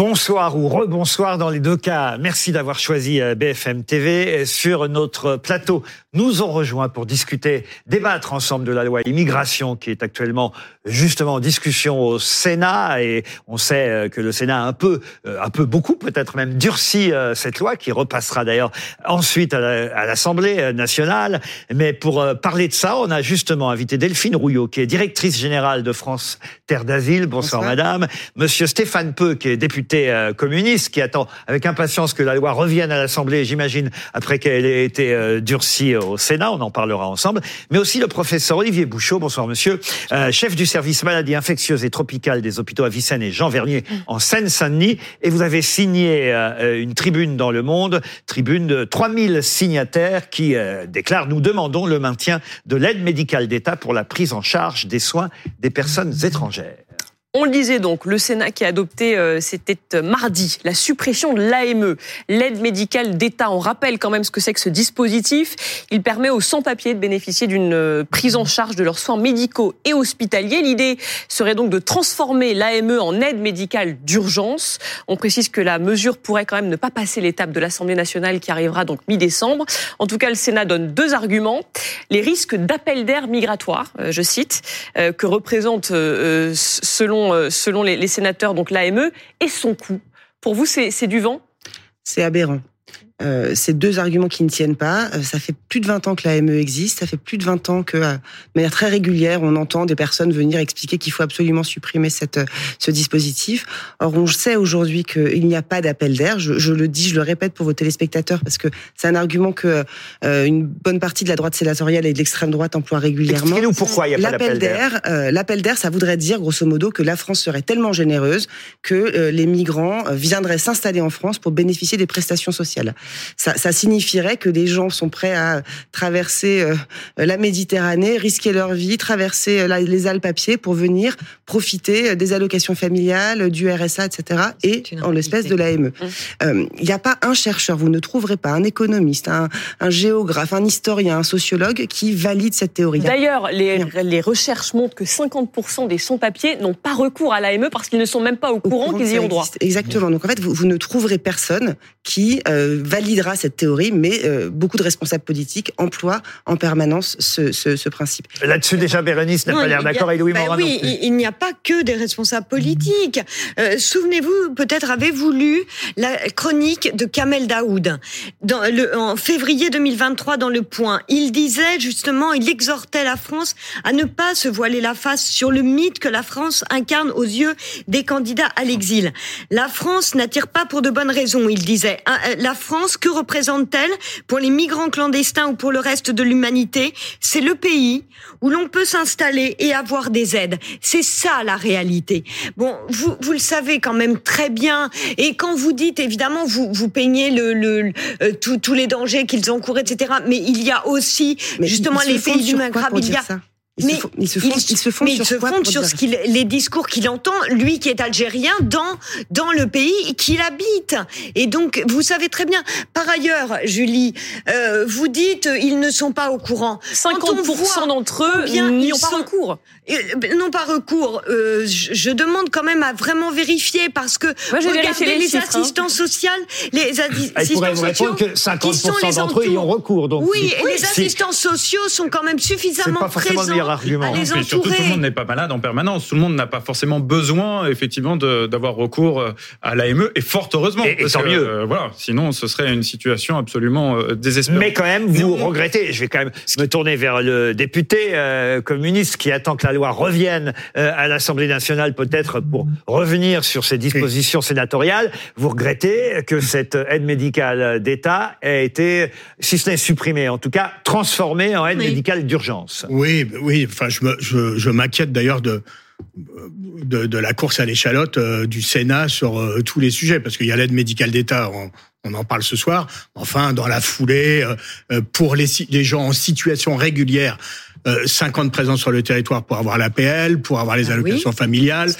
Bonsoir ou rebonsoir dans les deux cas. Merci d'avoir choisi BFM TV. Sur notre plateau, nous ont rejoint pour discuter, débattre ensemble de la loi immigration qui est actuellement justement en discussion au Sénat. Et on sait que le Sénat a un peu beaucoup, peut-être même durci cette loi qui repassera d'ailleurs ensuite à l'Assemblée nationale. Mais pour parler de ça, on a justement invité Delphine Rouillot, qui est directrice générale de France Terre d'Asile. Bonsoir madame. Monsieur Stéphane Peu, qui est député communiste, qui attend avec impatience que la loi revienne à l'Assemblée, j'imagine, après qu'elle ait été durcie au Sénat. On en parlera ensemble. Mais aussi le professeur Olivier Bouchot. Bonsoir monsieur. Chef du service maladies infectieuses et tropicales des hôpitaux Avicenne et Jean Vernier en Seine-Saint-Denis. Et vous avez signé une tribune dans Le Monde, tribune de 3000 signataires qui déclarent: nous demandons le maintien de l'aide médicale d'État pour la prise en charge des soins des personnes étrangères. On le disait donc, le Sénat qui a adopté, c'était mardi, la suppression de l'AME, l'aide médicale d'État. On rappelle quand même ce que c'est que ce dispositif. Il permet aux sans-papiers de bénéficier d'une prise en charge de leurs soins médicaux et hospitaliers. L'idée serait donc de transformer l'AME en aide médicale d'urgence. On précise que la mesure pourrait quand même ne pas passer l'étape de l'Assemblée nationale qui arrivera donc mi-décembre. En tout cas, le Sénat donne deux arguments. Les risques d'appel d'air migratoire, je cite, que représente selon les sénateurs, donc l'AME, et son coût. Pour vous, c'est du vent ? C'est aberrant. C'est deux arguments qui ne tiennent pas. Ça fait plus de 20 ans que l'AME existe. Ça fait plus de 20 ans que, de manière très régulière, on entend des personnes venir expliquer qu'il faut absolument supprimer ce dispositif. Or, on sait aujourd'hui qu'il n'y a pas d'appel d'air. Je le dis, je le répète pour vos téléspectateurs, parce que c'est un argument que une bonne partie de la droite sénatoriale et de l'extrême droite emploie régulièrement. Expliquez-nous pourquoi il n'y a pas d'appel d'air. L'appel d'air, ça voudrait dire, grosso modo, que la France serait tellement généreuse que les migrants viendraient s'installer en France pour bénéficier des prestations sociales. Ça signifierait que des gens sont prêts à traverser la Méditerranée, risquer leur vie, traverser les Alpes à pied pour venir profiter des allocations familiales, du RSA, etc. et en l'espèce de l'AME. Il n'y a pas un chercheur, vous ne trouverez pas un économiste, un géographe, un historien, un sociologue qui valide cette théorie. D'ailleurs, les recherches montrent que 50% des sans-papiers n'ont pas recours à l'AME parce qu'ils ne sont même pas au courant qu'ils y ont droit. Exactement. Donc en fait, vous ne trouverez personne qui validera cette théorie, mais beaucoup de responsables politiques emploient en permanence ce principe. Là-dessus, déjà, Bérénice n'a pas l'air d'accord, et Louis Morin non plus. Il n'y a pas que des responsables politiques. Souvenez-vous, peut-être avez-vous lu la chronique de Kamel Daoud en février 2023 dans Le Point. Il disait justement, il exhortait la France à ne pas se voiler la face sur le mythe que la France incarne aux yeux des candidats à l'exil. La France n'attire pas pour de bonnes raisons, il disait. La France, que représente-t-elle pour les migrants clandestins ou pour le reste de l'humanité ? C'est le pays où l'on peut s'installer et avoir des aides. C'est ça la réalité. Bon, vous le savez quand même très bien. Et quand vous dites, évidemment, vous peignez tous les dangers qu'ils encourent, etc. Mais il y a aussi justement les pays du Maghreb. Ils se font sur les discours qu'il entend, lui qui est algérien, dans le pays qu'il habite. Et donc, vous savez très bien. Par ailleurs, Julie, vous dites ils ne sont pas au courant. 50% d'entre eux n'y ont pas recours. Non, pas recours. Je demande quand même à vraiment vérifier, parce que regardez les assistants sociaux, les assistants sociaux, que 50% d'entre eux y ont recours. Donc oui, et les assistants sociaux sont quand même suffisamment présents. Argument. Et surtout, tout le monde n'est pas malade en permanence. Tout le monde n'a pas forcément besoin, effectivement, d'avoir recours à l'AME, et fort heureusement. Et tant mieux. Voilà, sinon, ce serait une situation absolument désespérante. Mais quand même, vous regrettez. Je vais quand même me tourner vers le député communiste qui attend que la loi revienne à l'Assemblée nationale, peut-être pour revenir sur ces dispositions sénatoriales. Vous regrettez que cette aide médicale d'État ait été, si ce n'est supprimée, en tout cas transformée en aide médicale d'urgence. Oui. Enfin, je m'inquiète d'ailleurs de la course à l'échalote du Sénat sur tous les sujets, parce qu'il y a l'aide médicale d'État, on en parle ce soir. Enfin, dans la foulée, pour les gens en situation régulière, 5 ans de présence sur le territoire pour avoir l'APL, pour avoir les allocations familiales,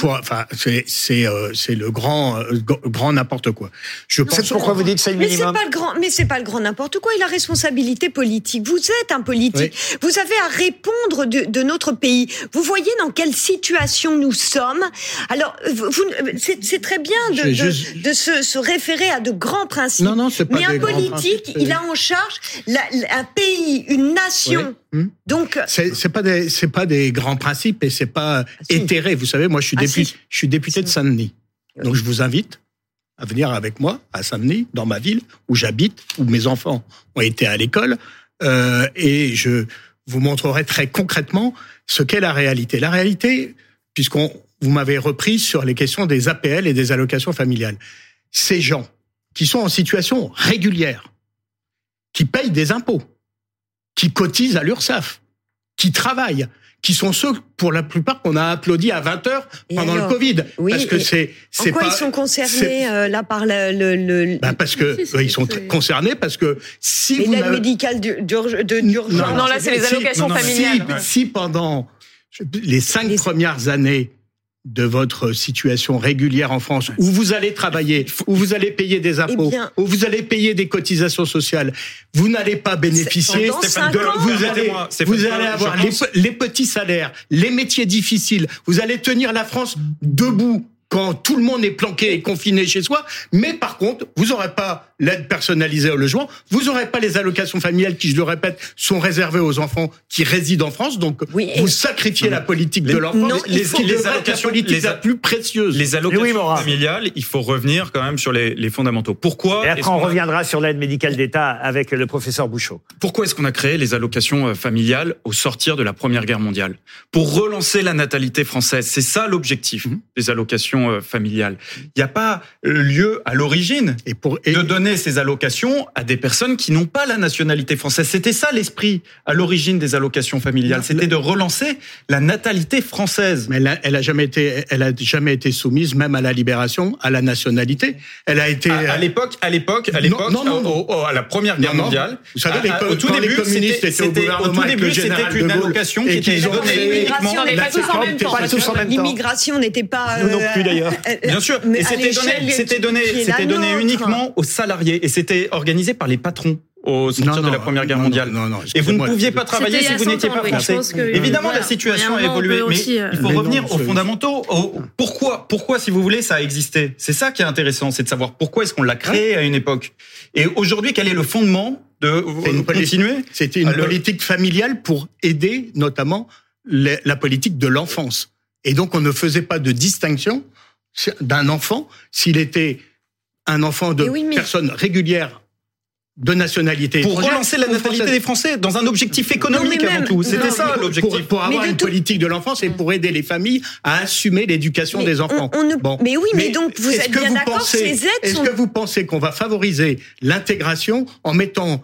c'est le grand n'importe quoi. Je pense pourquoi vous dites c'est le minimum. Mais c'est pas le grand n'importe quoi. Il a responsabilité politique. Vous êtes un politique. Oui. Vous avez à répondre de notre pays. Vous voyez dans quelle situation nous sommes. Alors, c'est très bien de se référer à de grands principes. Non, c'est pas mais un politique, il a en charge un pays, une nation. Oui. Donc, c'est pas des grands principes et c'est pas éthéré. Vous savez, moi, je suis député de Saint-Denis. Donc, je vous invite à venir avec moi à Saint-Denis, dans ma ville, où j'habite, où mes enfants ont été à l'école, et je vous montrerai très concrètement ce qu'est la réalité. La réalité, vous m'avez repris sur les questions des APL et des allocations familiales. Ces gens qui sont en situation régulière, qui payent des impôts, qui cotisent à l'URSSAF, qui travaillent, qui sont ceux, pour la plupart, qu'on a applaudis à 20h pendant le Covid. Oui, parce que c'est en quoi pas, ils sont concernés là par le... parce que ils sont concernés parce que si mais vous l'aide médicale d'urgence. Non, là c'est les allocations familiales. Si pendant les 5 premières années de votre situation régulière en France, où vous allez travailler, où vous allez payer des impôts, où vous allez payer des cotisations sociales, vous n'allez pas bénéficier vous allez avoir les petits salaires, les métiers difficiles, vous allez tenir la France debout quand tout le monde est planqué et confiné chez soi, mais par contre, vous n'aurez pas l'aide personnalisée au logement, vous n'aurez pas les allocations familiales qui, je le répète, sont réservées aux enfants qui résident en France, donc vous sacrifiez la politique de l'enfant, les allocations la plus précieuse. Les allocations familiales, il faut revenir quand même sur les fondamentaux. Pourquoi ? Et après, on reviendra sur l'aide médicale d'État avec le professeur Bouchot. Pourquoi est-ce qu'on a créé les allocations familiales au sortir de la Première Guerre mondiale ? Pour relancer la natalité française. C'est ça l'objectif des allocations familiales. Il n'y a pas lieu à l'origine de donner ces allocations à des personnes qui n'ont pas la nationalité française. C'était ça l'esprit à l'origine des allocations familiales. C'était de relancer la natalité française. Mais elle a jamais été soumise, même à la libération, à la nationalité. Elle a été à l'époque, à la Première Guerre mondiale. Vous savez, au tout début, c'était une allocation qui était donnée uniquement. Pas tous en même temps. L'immigration n'était pas. Nous non plus d'ailleurs. Bien sûr, mais c'était donné uniquement aux salariés et c'était organisé par les patrons au sortir de la Première Guerre mondiale. Et vous ne pouviez pas travailler si vous n'étiez pas français. Évidemment, la situation a évolué, mais il faut revenir aux fondamentaux. Pourquoi, si vous voulez, ça a existé ? C'est ça qui est intéressant, c'est de savoir pourquoi est-ce qu'on l'a créé à une époque. Et aujourd'hui, quel est le fondement de continuer ? C'était une politique familiale pour aider notamment la politique de l'enfance. Et donc, on ne faisait pas de distinction d'un enfant s'il était un enfant de personne régulière de nationalité pour relancer la natalité des Français dans un objectif économique avant tout. C'était ça l'objectif. Pour avoir une politique de l'enfance et pour aider les familles à assumer l'éducation des enfants. Mais oui, mais donc vous êtes bien d'accord, ces aides Est-ce que vous pensez qu'on va favoriser l'intégration en mettant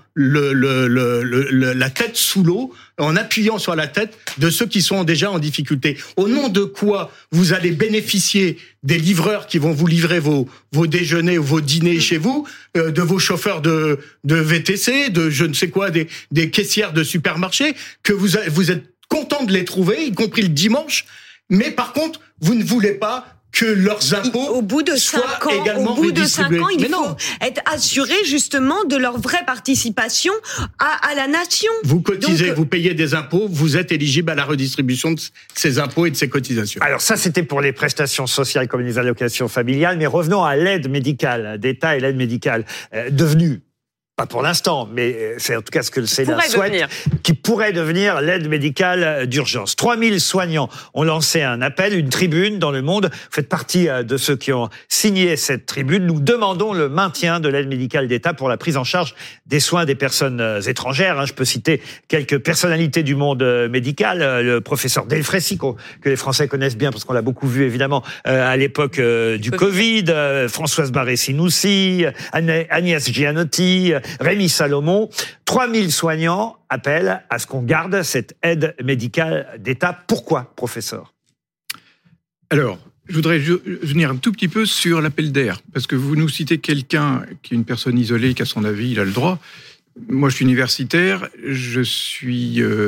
la tête sous l'eau, en appuyant sur la tête de ceux qui sont déjà en difficulté? Au nom de quoi vous allez bénéficier des livreurs qui vont vous livrer vos déjeuners ou vos dîners chez vous, de vos chauffeurs de VTC, de je ne sais quoi, des caissières de supermarché, que vous êtes content de les trouver, y compris le dimanche, mais par contre, vous ne voulez pas que leurs impôts au bout de 5 ans, également redistribués. Il faut être assuré justement de leur vraie participation à la nation. Vous cotisez, vous payez des impôts, vous êtes éligible à la redistribution de ces impôts et de ces cotisations. Alors ça, c'était pour les prestations sociales comme les allocations familiales, mais revenons à l'aide médicale d'État et l'aide médicale devenue, pas pour l'instant, mais c'est en tout cas ce que le Sénat souhaite, qui pourrait devenir l'aide médicale d'urgence. 3000 soignants ont lancé un appel, une tribune dans Le Monde. Vous faites partie de ceux qui ont signé cette tribune. Nous demandons le maintien de l'aide médicale d'État pour la prise en charge des soins des personnes étrangères. Je peux citer quelques personnalités du monde médical. Le professeur Delfraissy, que les Français connaissent bien parce qu'on l'a beaucoup vu évidemment à l'époque du Covid. Françoise Barré-Sinoussi, Agnès Gianotti, Rémi Salomon. 3000 soignants appellent à ce qu'on garde cette aide médicale d'État. Pourquoi, professeur ? Alors, je voudrais venir un tout petit peu sur l'appel d'air, parce que vous nous citez quelqu'un qui est une personne isolée, qui a son avis, il a le droit. Moi, je suis universitaire, je suis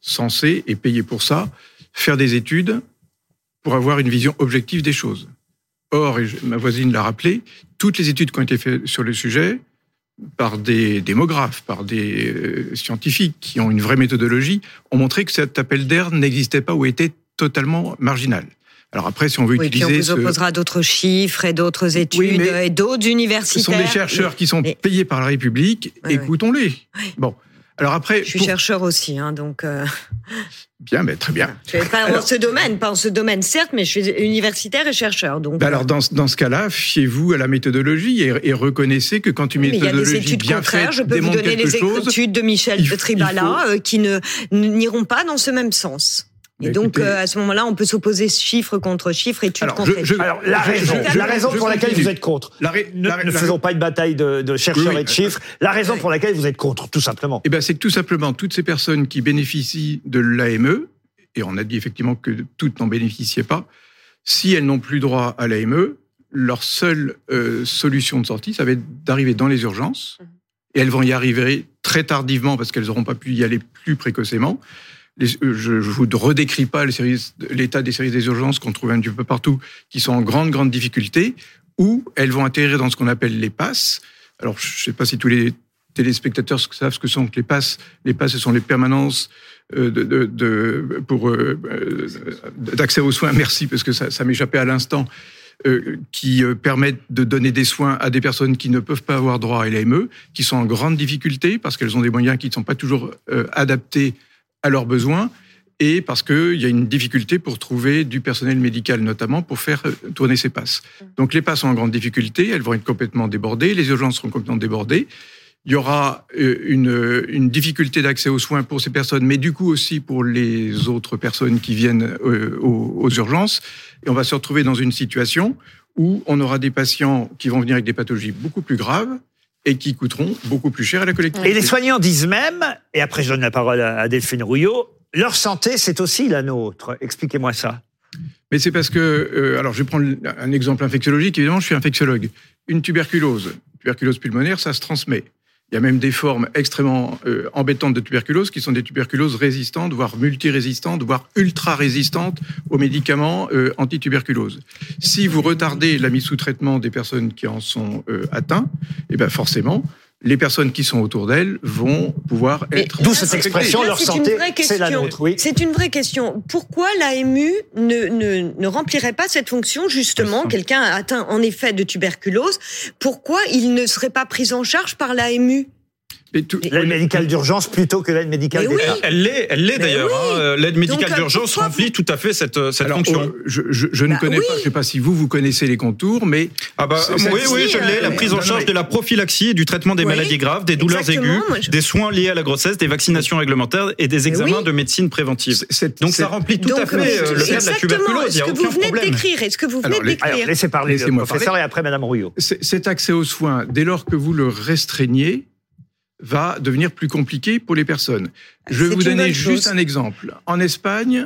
censés, et payés pour ça, faire des études pour avoir une vision objective des choses. Or, et ma voisine l'a rappelé, toutes les études qui ont été faites sur le sujet, par des démographes, par des scientifiques qui ont une vraie méthodologie, ont montré que cet appel d'air n'existait pas ou était totalement marginal. Alors après, si on veut utiliser... Puis on vous opposera d'autres chiffres et d'autres études et d'autres universitaires. Ce sont des chercheurs qui sont payés par la République, écoutons-les. Oui. Bon, alors après... Je suis chercheur aussi, donc... Bien, mais très bien. Je ne suis pas en ce domaine, certes, mais je suis universitaire et chercheur. Donc, alors, dans ce cas-là, fiez-vous à la méthodologie et reconnaissez que quand une méthodologie bien faite je peux vous donner les études de Michel Tribala qui n'iront pas dans ce même sens. Et donc, à ce moment-là, on peut s'opposer chiffre contre chiffre, étude contre étude. Alors, la raison pour laquelle vous êtes contre. Ne faisons pas une bataille de chercheurs et de chiffres. La raison pour laquelle vous êtes contre, tout simplement. Eh bien, c'est que tout simplement, toutes ces personnes qui bénéficient de l'AME, et on a dit effectivement que toutes n'en bénéficiaient pas, si elles n'ont plus droit à l'AME, leur seule solution de sortie, ça va être d'arriver dans les urgences, et elles vont y arriver très tardivement parce qu'elles n'auront pas pu y aller plus précocement. Je vous redécris pas l'état des services des urgences qu'on trouve un petit peu partout, qui sont en grande difficulté, où elles vont atterrir dans ce qu'on appelle les PASS. Alors, je ne sais pas si tous les téléspectateurs savent ce que sont les PASS. Les PASS, ce sont les permanences d'accès aux soins. Merci, parce que ça m'échappait à l'instant. Qui permettent de donner des soins à des personnes qui ne peuvent pas avoir droit à l'AME, qui sont en grande difficulté parce qu'elles ont des moyens qui ne sont pas toujours adaptés à leurs besoins, et parce qu'il y a une difficulté pour trouver du personnel médical, notamment pour faire tourner ces PASS. Donc les PASS sont en grande difficulté, elles vont être complètement débordées, les urgences seront complètement débordées, il y aura une difficulté d'accès aux soins pour ces personnes, mais du coup aussi pour les autres personnes qui viennent aux urgences, et on va se retrouver dans une situation où on aura des patients qui vont venir avec des pathologies beaucoup plus graves, et qui coûteront beaucoup plus cher à la collectivité. Et les soignants disent même, et après je donne la parole à Delphine Rouillot, leur santé, c'est aussi la nôtre. Expliquez-moi ça. Mais c'est parce que, alors je vais prendre un exemple infectiologique, évidemment je suis infectiologue. Une tuberculose pulmonaire, ça se transmet. Il y a même des formes extrêmement embêtantes de tuberculose qui sont des tuberculoses résistantes, voire multirésistantes, voire ultra-résistantes aux médicaments anti-tuberculose. Si vous retardez la mise sous traitement des personnes qui en sont atteintes, eh ben forcément, les personnes qui sont autour d'elles vont pouvoir être... D'où cette expression, leur santé, c'est la nôtre. Oui. C'est une vraie question. Pourquoi l'AMU ne remplirait pas cette fonction, justement, quelqu'un atteint en effet de tuberculose, pourquoi il ne serait pas pris en charge par l'AMU ? L'aide médicale d'urgence plutôt que l'aide médicale d'État. Elle l'est d'ailleurs. Oui. L'aide médicale d'urgence remplit tout à fait cette fonction. Je ne connais pas, je ne sais pas si vous connaissez les contours, mais... Oui, je l'ai. La prise en charge de la prophylaxie et du traitement des maladies graves, des douleurs aiguës, des soins liés à la grossesse, des vaccinations réglementaires et des examens de médecine préventive. Donc ça remplit tout à fait le cas de la tuberculose. Il n'y a aucun problème. Est-ce que vous venez de décrire Alors, laissez parler le professeur et après Madame Rouillot. Cet accès aux soins, dès lors que vous le restreignez, va devenir plus compliqué pour les personnes. Je vais vous donner juste un exemple. En Espagne,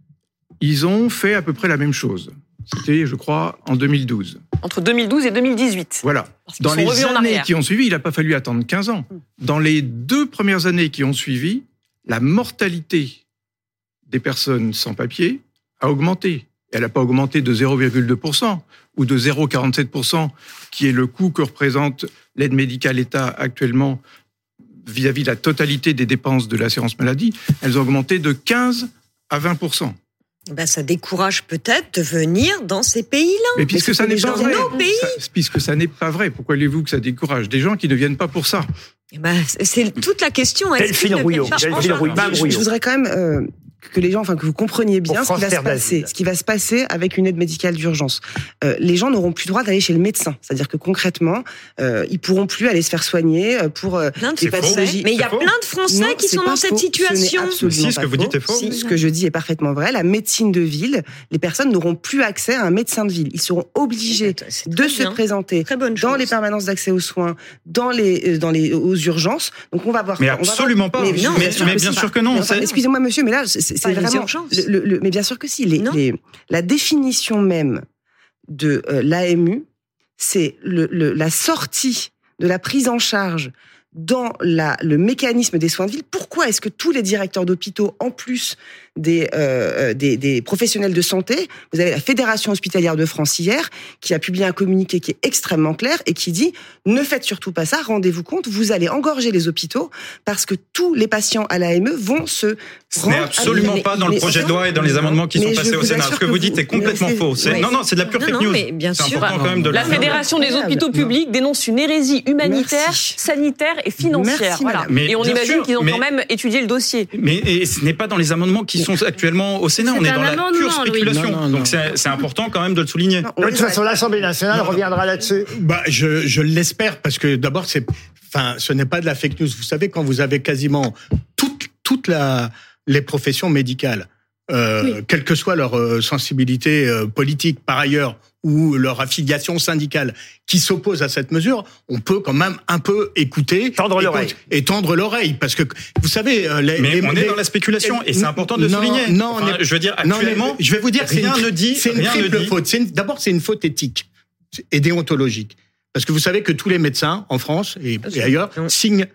ils ont fait à peu près la même chose. C'était, je crois, en 2012. Entre 2012 et 2018. Voilà. Dans les années qui ont suivi, il n'a pas fallu attendre 15 ans. Dans les 2 premières années qui ont suivi, la mortalité des personnes sans papier a augmenté. Elle n'a pas augmenté de 0,2% ou de 0,47%, qui est le coût que représente l'aide médicale État actuellement vis-à-vis de la totalité des dépenses de l'assurance maladie. Elles ont augmenté de 15 à 20%. Ça décourage peut-être de venir dans ces pays-là. Mais puisque ça n'est pas vrai. Puisque ça n'est pas vrai, pourquoi voulez-vous que ça décourage des gens qui ne viennent pas pour ça? C'est toute la question. Delphine Rouillot. Je voudrais quand même que les gens, que vous compreniez bien ce qui va se passer avec une aide médicale d'urgence. Les gens n'auront plus droit d'aller chez le médecin. C'est-à-dire que concrètement, ils pourront plus aller se faire soigner pour des pathologies. Mais il y a plein de Français qui sont dans cette situation. Ce que vous dites est faux. Ce que je dis est parfaitement vrai. La médecine de ville, les personnes n'auront plus accès à un médecin de ville. Ils seront obligés de se présenter dans les permanences d'accès aux soins, aux urgences. Donc on va voir. Mais absolument pas. Mais bien sûr que non. Excusez-moi, monsieur, mais là, c'est vraiment mais bien sûr que si. La définition même de l'AMU, c'est la sortie de la prise en charge dans le mécanisme des soins de ville. Pourquoi est-ce que tous les directeurs d'hôpitaux, en plus des professionnels de santé, vous avez la Fédération hospitalière de France hier, qui a publié un communiqué qui est extrêmement clair et qui dit « Ne faites surtout pas ça, rendez-vous compte, vous allez engorger les hôpitaux parce que tous les patients à l'AME vont se... » Ce n'est absolument pas dans le projet de loi et dans les amendements qui sont passés au Sénat. Ce que vous dites est complètement faux. Non, c'est de la pure fake news. Mais bien sûr. Quand même de la Fédération des hôpitaux publics dénonce une hérésie humanitaire, sanitaire et financière. Voilà. Et on imagine qu'ils ont quand même étudié le dossier. Mais ce n'est pas dans les amendements qui sont actuellement au Sénat. On est dans la pure spéculation. Donc c'est important quand même de le souligner. De toute façon, l'Assemblée nationale reviendra là-dessus. Je l'espère, parce que d'abord, ce n'est pas de la fake news. Vous savez, quand vous avez quasiment toute les professions médicales, quelle que soit leur sensibilité politique par ailleurs, ou leur affiliation syndicale qui s'oppose à cette mesure, on peut quand même un peu écouter, tendre l'oreille, parce que vous savez, on est dans la spéculation et c'est important de le souligner. Je veux dire, actuellement, je vais vous dire, rien ne dit, c'est une triple faute. D'abord, c'est une faute éthique et déontologique, parce que vous savez que tous les médecins en France et ailleurs signent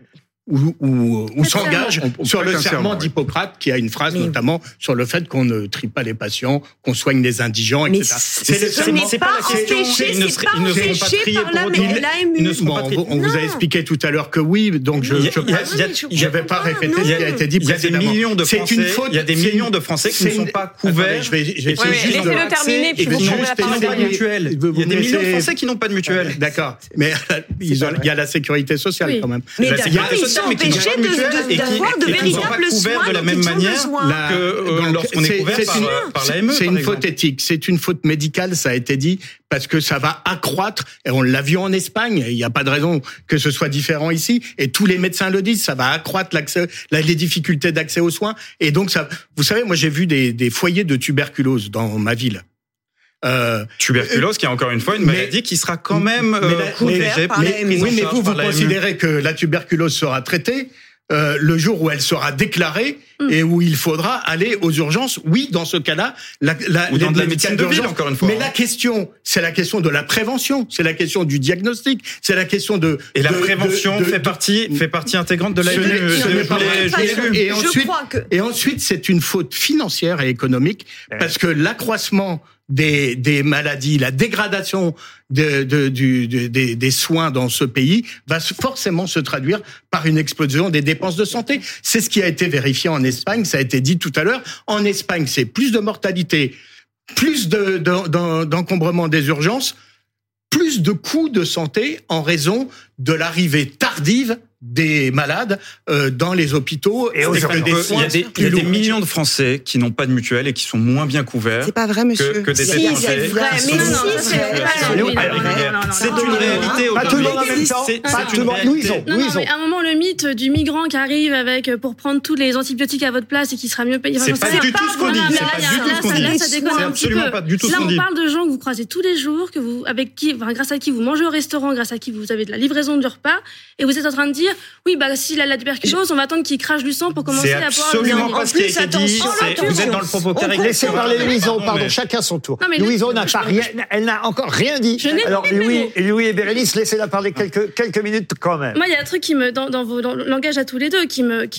ou s'engage sur le serment d'Hippocrate, qui a une phrase notamment sur le fait qu'on ne trie pas les patients, qu'on soigne les indigents, etc. C'est pas empêché, par l'AMU. On vous a expliqué tout à l'heure que oui, donc je ne vais pas répéter ce qui a été dit précédemment. Il y a des millions de Français qui ne sont pas couverts. Je vais essayer de terminer, puis vous prendrez la parole. Il y a des millions de Français qui n'ont pas de mutuelle. D'accord, mais il y a la sécurité sociale quand même. La sécurité sociale, mais qui d'avoir de véritables soins de la même manière que lorsqu'on est couvert par l'AME. C'est une faute éthique, c'est une faute médicale, ça a été dit, parce que ça va accroître, et on l'a vu en Espagne, il n'y a pas de raison que ce soit différent ici, et tous les médecins le disent, ça va accroître les difficultés d'accès aux soins, et donc ça, vous savez, moi j'ai vu des foyers de tuberculose dans ma ville. Tuberculose qui est encore une fois une maladie qui sera quand même protégée par l'AME. Oui, mais vous considérez que la tuberculose sera traitée le jour où elle sera déclarée et où il faudra aller aux urgences. Oui, dans ce cas-là, ou dans de la médecine de ville, encore une fois. Mais la question, c'est la question de la prévention, c'est la question du diagnostic, c'est la question de... Et la prévention fait partie intégrante de l'AME. Et ensuite, c'est une faute financière et économique, parce que l'accroissement des maladies, la dégradation des soins dans ce pays va forcément se traduire par une explosion des dépenses de santé. C'est ce qui a été vérifié en Espagne, ça a été dit tout à l'heure. En Espagne, c'est plus de mortalité, plus d'encombrement des urgences, plus de coûts de santé en raison de l'arrivée tardive des malades dans les hôpitaux. Et il y a des millions de Français qui n'ont pas de mutuelle et qui sont moins bien couverts. C'est pas vrai, monsieur. Que des Français. C'est une réalité. Pas tout le monde en même temps. Pas tout le monde. Louison. À un moment, le mythe du migrant qui arrive pour prendre tous les antibiotiques à votre place et qui sera mieux payé. C'est pas du tout ce qu'on dit. Là, ça déconne un petit peu. Pas du tout ce qu'on dit. Là, on parle de gens que vous croisez tous les jours, grâce à qui vous mangez au restaurant, grâce à qui vous avez de la livraison du repas, et vous êtes en train de dire oui, s'il a la tuberculose, on va attendre qu'il crache du sang pour commencer à pouvoir... C'est absolument pas ce qui a été dit. Vous êtes dans le propos carré. Laissez parler Louison, pardon, chacun son tour. Louison n'a pas rien, elle n'a encore rien dit. Alors Louis et Bérénice, laissez-la parler quelques minutes quand même. Moi, il y a un truc dans vos langage à tous les deux qui me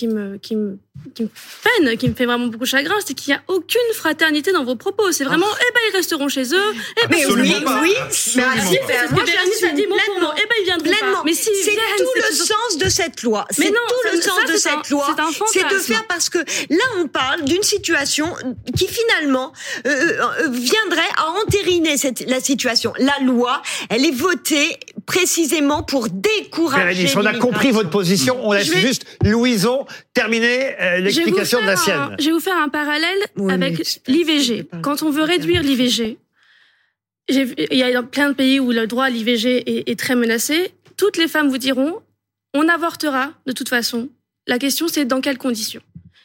peine, qui me fait vraiment beaucoup chagrin, c'est qu'il n'y a aucune fraternité dans vos propos. C'est vraiment, ils resteront chez eux. Mais oui. Mais moi, Bérénice a dit mot pour mot. Ils viendront pas. Mais si, c'est tout le sens de cette loi. C'est tout le sens de cette loi. C'est de faire, parce que là, on parle d'une situation qui finalement viendrait à entériner la situation. La loi, elle est votée précisément pour décourager Bérénice, on a compris votre position. On laisse juste Louison terminer l'explication de la sienne. Je vais vous faire un parallèle avec l'IVG. Quand on veut réduire l'IVG, il y a plein de pays où le droit à l'IVG est très menacé. Toutes les femmes vous diront, on avortera de toute façon. La question, c'est dans quelles conditions.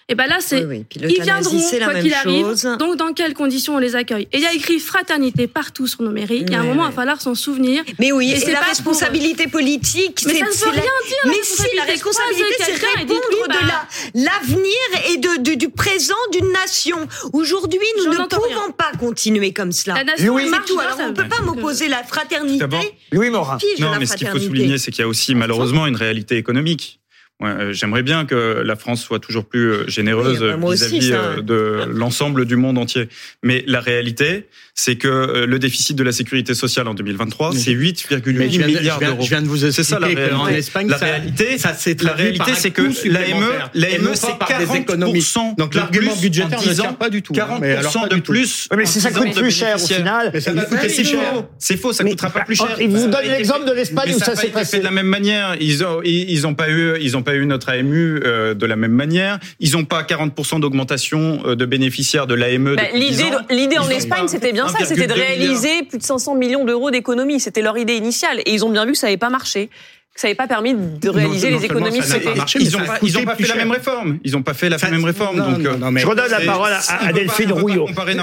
Et ben là, ils viendront, quoi qu'il arrive. Donc, dans quelles conditions on les accueille? Et il y a écrit fraternité partout sur nos mairies. Il y a un moment, il va falloir s'en souvenir. Mais oui, et la responsabilité politique, mais ça ne veut rien dire. Mais si, la responsabilité, c'est répondre de l'avenir et du présent d'une nation. Aujourd'hui, nous ne pouvons pas continuer comme cela. La nation marche tout. Alors, on ne peut pas m'opposer la fraternité. Louis Morin. Non, mais ce qu'il faut souligner, c'est qu'il y a aussi malheureusement une réalité économique. J'aimerais bien que la France soit toujours plus généreuse vis-à-vis de l'ensemble du monde entier. Mais la réalité, c'est que le déficit de la sécurité sociale en 2023, c'est 8,8 milliards d'euros. Je viens de vous expliquer c'est ça la réalité. En Espagne, la réalité, c'est que l'AME, c'est 40% donc l'argument budgétaire ne tient pas du tout. 40% de plus. Mais si ça coûte plus cher au final. Mais ça va coûter si cher. C'est faux, ça coûtera pas plus cher. Il vous donne l'exemple de l'Espagne où ça s'est passé de la même manière. Ils ont pas eu notre AMU de la même manière. Ils n'ont pas 40% d'augmentation de bénéficiaires de l'AME. L'idée en Espagne, c'était bien ça, c'était de réaliser plus de 500 millions d'euros d'économies. C'était leur idée initiale. Et ils ont bien vu que ça n'avait pas marché. Ça n'avait pas permis de réaliser les économies. Ils n'ont pas fait la même réforme. Ils n'ont pas fait la même réforme. Je redonne la parole à Delphine Rouillot.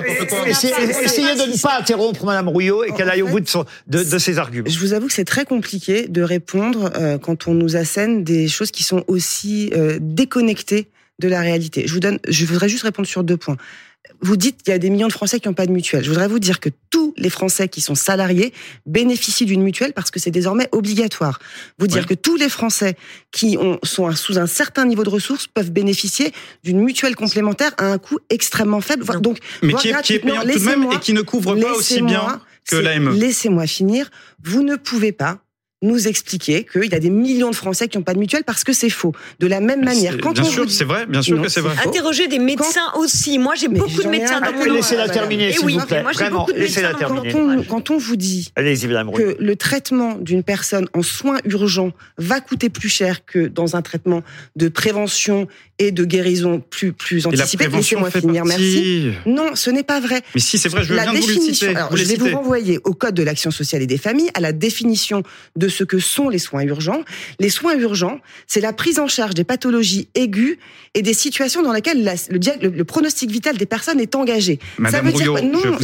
Essayez de ne pas interrompre Madame Rouillot et qu'elle aille au bout de ses arguments. Je vous avoue que c'est très compliqué de répondre quand on nous assène des choses qui sont aussi déconnectées de la réalité. Je voudrais juste répondre sur 2 points. Vous dites qu'il y a des millions de Français qui n'ont pas de mutuelle. Je voudrais vous dire que tous les Français qui sont salariés bénéficient d'une mutuelle parce que c'est désormais obligatoire. Vous dire que tous les Français qui sont sous un certain niveau de ressources peuvent bénéficier d'une mutuelle complémentaire à un coût extrêmement faible. Donc, mais qui est payant tout de même et qui ne couvre pas aussi bien que l'AME. Laissez-moi finir. Vous ne pouvez pas nous expliquer qu'il y a des millions de Français qui n'ont pas de mutuelle parce que c'est faux. De la même manière, bien sûr que c'est vrai. Interrogez des médecins aussi. Moi, j'ai beaucoup de médecins dans mon Laissez-la terminer, s'il vous plaît. Vraiment, laissez-la terminer. Quand on vous dit que le traitement d'une personne en soins urgents va coûter plus cher que dans un traitement de prévention et de guérison plus anticipée, laissez-moi finir, merci. Non, ce n'est pas vrai. Mais si, c'est vrai, je viens de vous le citer. Je vais vous renvoyer au Code de l'action sociale et des familles, à la définition de ce que sont les soins urgents. Les soins urgents, c'est la prise en charge des pathologies aiguës et des situations dans lesquelles le pronostic vital des personnes est engagé. Madame Rouillot,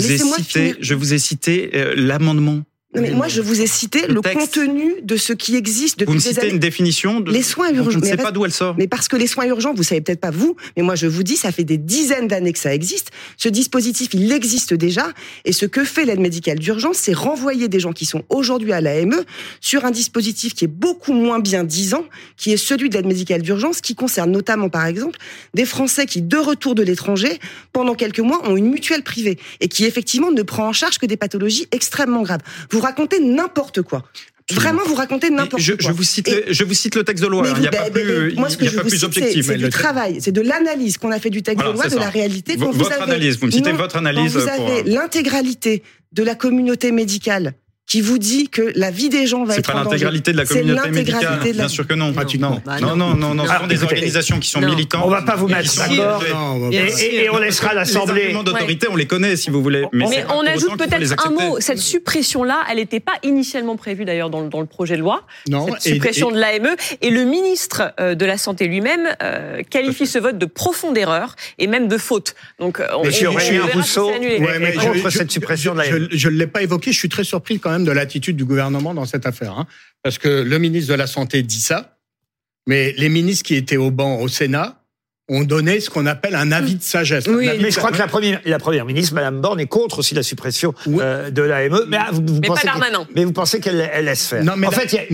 je vous ai cité l'amendement. Non, mais moi, je vous ai cité le contenu de ce qui existe depuis des années. Vous me citez une définition les soins urgents. Je ne sais pas d'où elle sort. Mais parce que les soins urgents, vous savez peut-être pas vous, mais moi je vous dis, ça fait des dizaines d'années que ça existe. Ce dispositif, il existe déjà. Et ce que fait l'aide médicale d'urgence, c'est renvoyer des gens qui sont aujourd'hui à l'AME sur un dispositif qui est beaucoup moins bien disant, qui est celui de l'aide médicale d'urgence, qui concerne notamment, par exemple, des Français qui, de retour de l'étranger, pendant quelques mois, ont une mutuelle privée et qui, effectivement, ne prend en charge que des pathologies extrêmement graves. Vous racontez n'importe quoi. Vraiment, vous racontez n'importe quoi. Je vous cite le texte de loi. Il n'y a pas plus objectif. C'est du travail, c'est de l'analyse qu'on a fait du texte de loi, de la réalité. Vous me citez votre analyse. Vous avez l'intégralité de la communauté médicale qui vous dit que la vie des gens va être en danger. C'est pas l'intégralité de la communauté médicale. Bien sûr que non. Pratiquement. Non. Ce sont des organisations qui sont militantes. On va pas vous mettre d'accord. Et on laissera l'Assemblée. Les arguments d'autorité, on les connaît, si vous voulez. Mais on ajoute peut-être un mot. Cette suppression-là, elle n'était pas initialement prévue d'ailleurs dans le projet de loi. Non. Cette suppression de l'AME. Et le ministre de la Santé lui-même qualifie ce vote de profonde erreur et même de faute. Donc, Monsieur Aurélien Rousseau est contre cette suppression de l'AME. Je ne l'ai pas évoqué. Je suis très surpris quand même de l'attitude du gouvernement dans cette affaire. Parce que le ministre de la Santé dit ça, mais les ministres qui étaient au banc au Sénat ont donné ce qu'on appelle un avis de sagesse. Mais je crois que la première ministre, Madame Borne, est contre aussi la suppression de l'AME. Mais vous pensez qu'elle laisse faire. Non, mais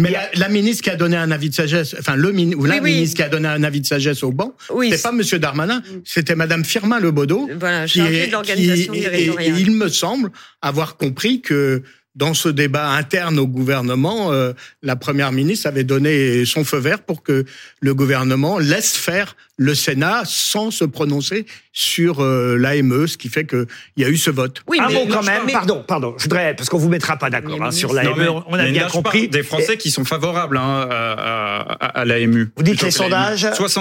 la ministre qui a donné un avis de sagesse, enfin ministre qui a donné un avis de sagesse au banc, c'était pas Monsieur Darmanin, c'était Madame Firmin Lebaudot. Voilà, chargée de l'organisation territoriale. Et il me semble avoir compris que dans ce débat interne au gouvernement, la Première ministre avait donné son feu vert pour que le gouvernement laisse faire le Sénat sans se prononcer sur l'AME, ce qui fait qu'il y a eu ce vote. Oui, quand même, pardon, je voudrais, parce qu'on vous mettra pas d'accord sur l'AME, on a bien compris. Des Français qui sont favorables à l'AMU. Vous dites les sondages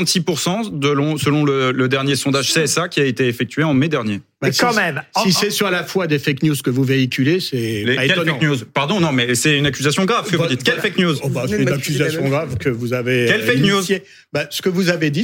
66% selon le dernier sondage CSA qui a été effectué en mai dernier. Mais quand même. Si c'est sur la foi des fake news que vous véhiculez, c'est pas étonnant. Quelles fake news ? Pardon, non, mais c'est une accusation grave que vous dites. Quelle fake news ? C'est une accusation grave que vous avez. Quelle fake news ? Ce que vous avez dit sur l'internet.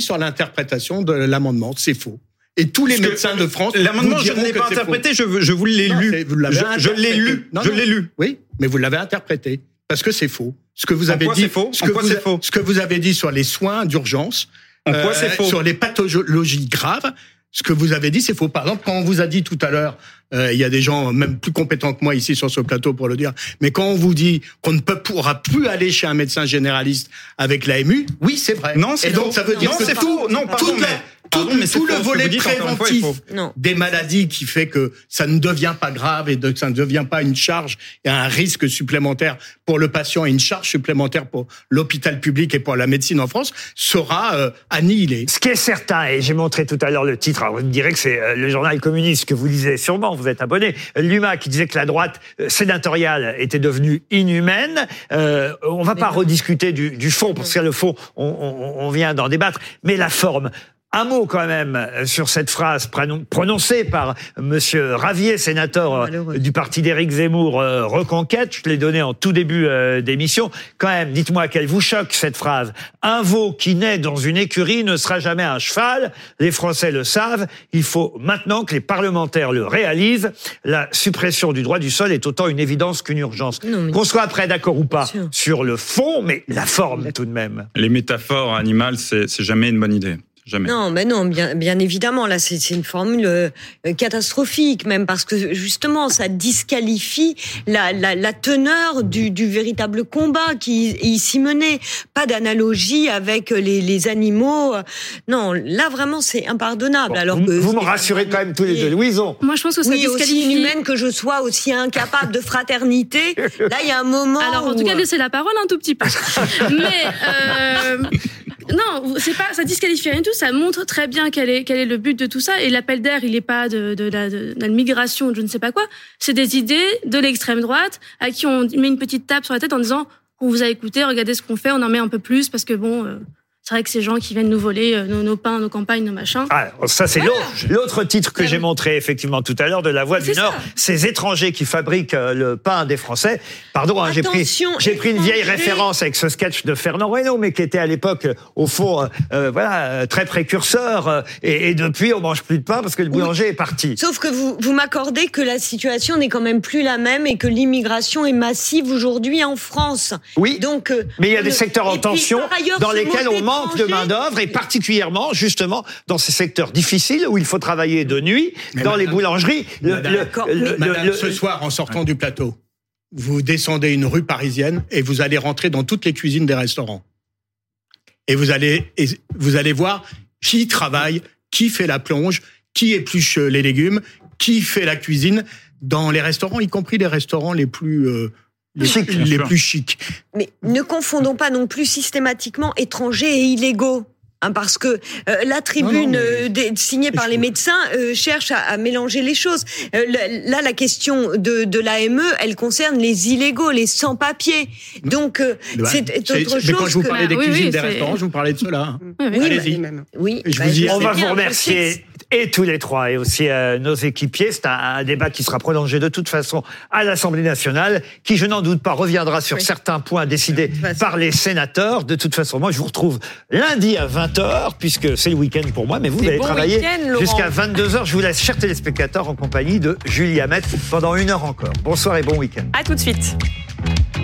interprétation de l'amendement. C'est faux. Et tous les médecins de France. L'amendement, je ne l'ai pas interprété, je vous l'ai lu. Je l'ai lu. Je l'ai lu. Oui, mais vous l'avez interprété. Parce que c'est faux. Ce que vous avez dit. Ce que vous avez dit sur les soins d'urgence. C'est faux. Sur les pathologies graves. Ce que vous avez dit, c'est faux. Par exemple, quand on vous a dit tout à l'heure, il y a des gens même plus compétents que moi ici sur ce plateau pour le dire, mais quand on vous dit qu'on ne pourra plus aller chez un médecin généraliste avec l'AMU, oui, c'est vrai. Non, c'est Et donc, ça veut dire que c'est faux. Non, pardon, tout le volet préventif des maladies qui fait que ça ne devient pas grave et que ça ne devient pas une charge et un risque supplémentaire pour le patient et une charge supplémentaire pour l'hôpital public et pour la médecine en France sera annihilé. Ce qui est certain, et j'ai montré tout à l'heure le titre, alors vous me direz que c'est le journal communiste que vous lisez sûrement, vous êtes abonné, l'UMA qui disait que la droite sénatoriale était devenue inhumaine. On va pas rediscuter du fond, parce que le fond, on vient d'en débattre, mais la forme. Un mot quand même sur cette phrase prononcée par Monsieur Ravier, sénateur du parti d'Éric Zemmour, Reconquête. Je te l'ai donnée en tout début d'émission. Quand même, dites-moi qu'elle vous choque cette phrase. Un veau qui naît dans une écurie ne sera jamais un cheval. Les Français le savent. Il faut maintenant que les parlementaires le réalisent. La suppression du droit du sol est autant une évidence qu'une urgence. Qu'on soit après d'accord ou pas sur le fond, mais la forme tout de même. Les métaphores animales, c'est jamais une bonne idée. Jamais. Non, mais non, bien évidemment, là, c'est une formule catastrophique, même parce que justement, ça disqualifie la teneur du véritable combat qui est ici mené. Pas d'analogie avec les animaux. Non, là, vraiment, c'est impardonnable. Bon, alors que vous me rassurez quand même tous les deux. Louison. Moi, je pense que ça disqualifie. Aussi inhumaine que je sois, aussi incapable de fraternité. Là, il y a un moment. Alors, en tout cas, laissez la parole un tout petit peu. Mais. Non, c'est pas, ça disqualifie rien du tout. Ça montre très bien quel est le but de tout ça. Et l'appel d'air, il est pas de la migration, de je ne sais pas quoi. C'est des idées de l'extrême droite à qui on met une petite tape sur la tête en disant on vous a écouté, regardez ce qu'on fait, on en met un peu plus parce que bon. C'est vrai que ces gens qui viennent nous voler nos pains, nos campagnes, nos machins. Ah, ça, c'est l'autre titre que j'ai montré effectivement tout à l'heure de La Voix du Nord. Ces étrangers qui fabriquent le pain des Français. Pardon, j'ai pris une vieille référence avec ce sketch de Fernand Reynaud, mais qui était à l'époque, au fond, très précurseur. Et depuis, on mange plus de pain parce que le boulanger est parti. Sauf que vous m'accordez que la situation n'est quand même plus la même et que l'immigration est massive aujourd'hui en France. Oui. Donc, mais il y a des secteurs en tension dans lesquels on manque de main-d'œuvre et particulièrement, justement, dans ces secteurs difficiles où il faut travailler de nuit, dans les boulangeries. Ce soir, en sortant du plateau, vous descendez une rue parisienne et vous allez rentrer dans toutes les cuisines des restaurants. Et vous allez voir qui travaille, qui fait la plonge, qui épluche les légumes, qui fait la cuisine dans les restaurants, y compris les restaurants les plus plus chics. Mais ne confondons pas non plus systématiquement étrangers et illégaux. Parce que la tribune signée par les médecins cherche à mélanger les choses. Là, la question de l'AME, elle concerne les illégaux, les sans-papiers. Donc, c'est autre chose. Mais quand je vous parlais des cuisines des restaurants, je vous parlais de cela. Allez-y. On va vous remercier, et tous les trois, et aussi nos équipiers. C'est un débat qui sera prolongé de toute façon à l'Assemblée nationale, qui, je n'en doute pas, reviendra sur certains points décidés par les sénateurs. De toute façon, moi, je vous retrouve lundi à 20h, puisque c'est le week-end pour moi, mais vous allez travailler jusqu'à 22h. Je vous laisse, chers téléspectateurs, en compagnie de Julie Hamet pendant 1 heure encore. Bonsoir et bon week-end. À tout de suite.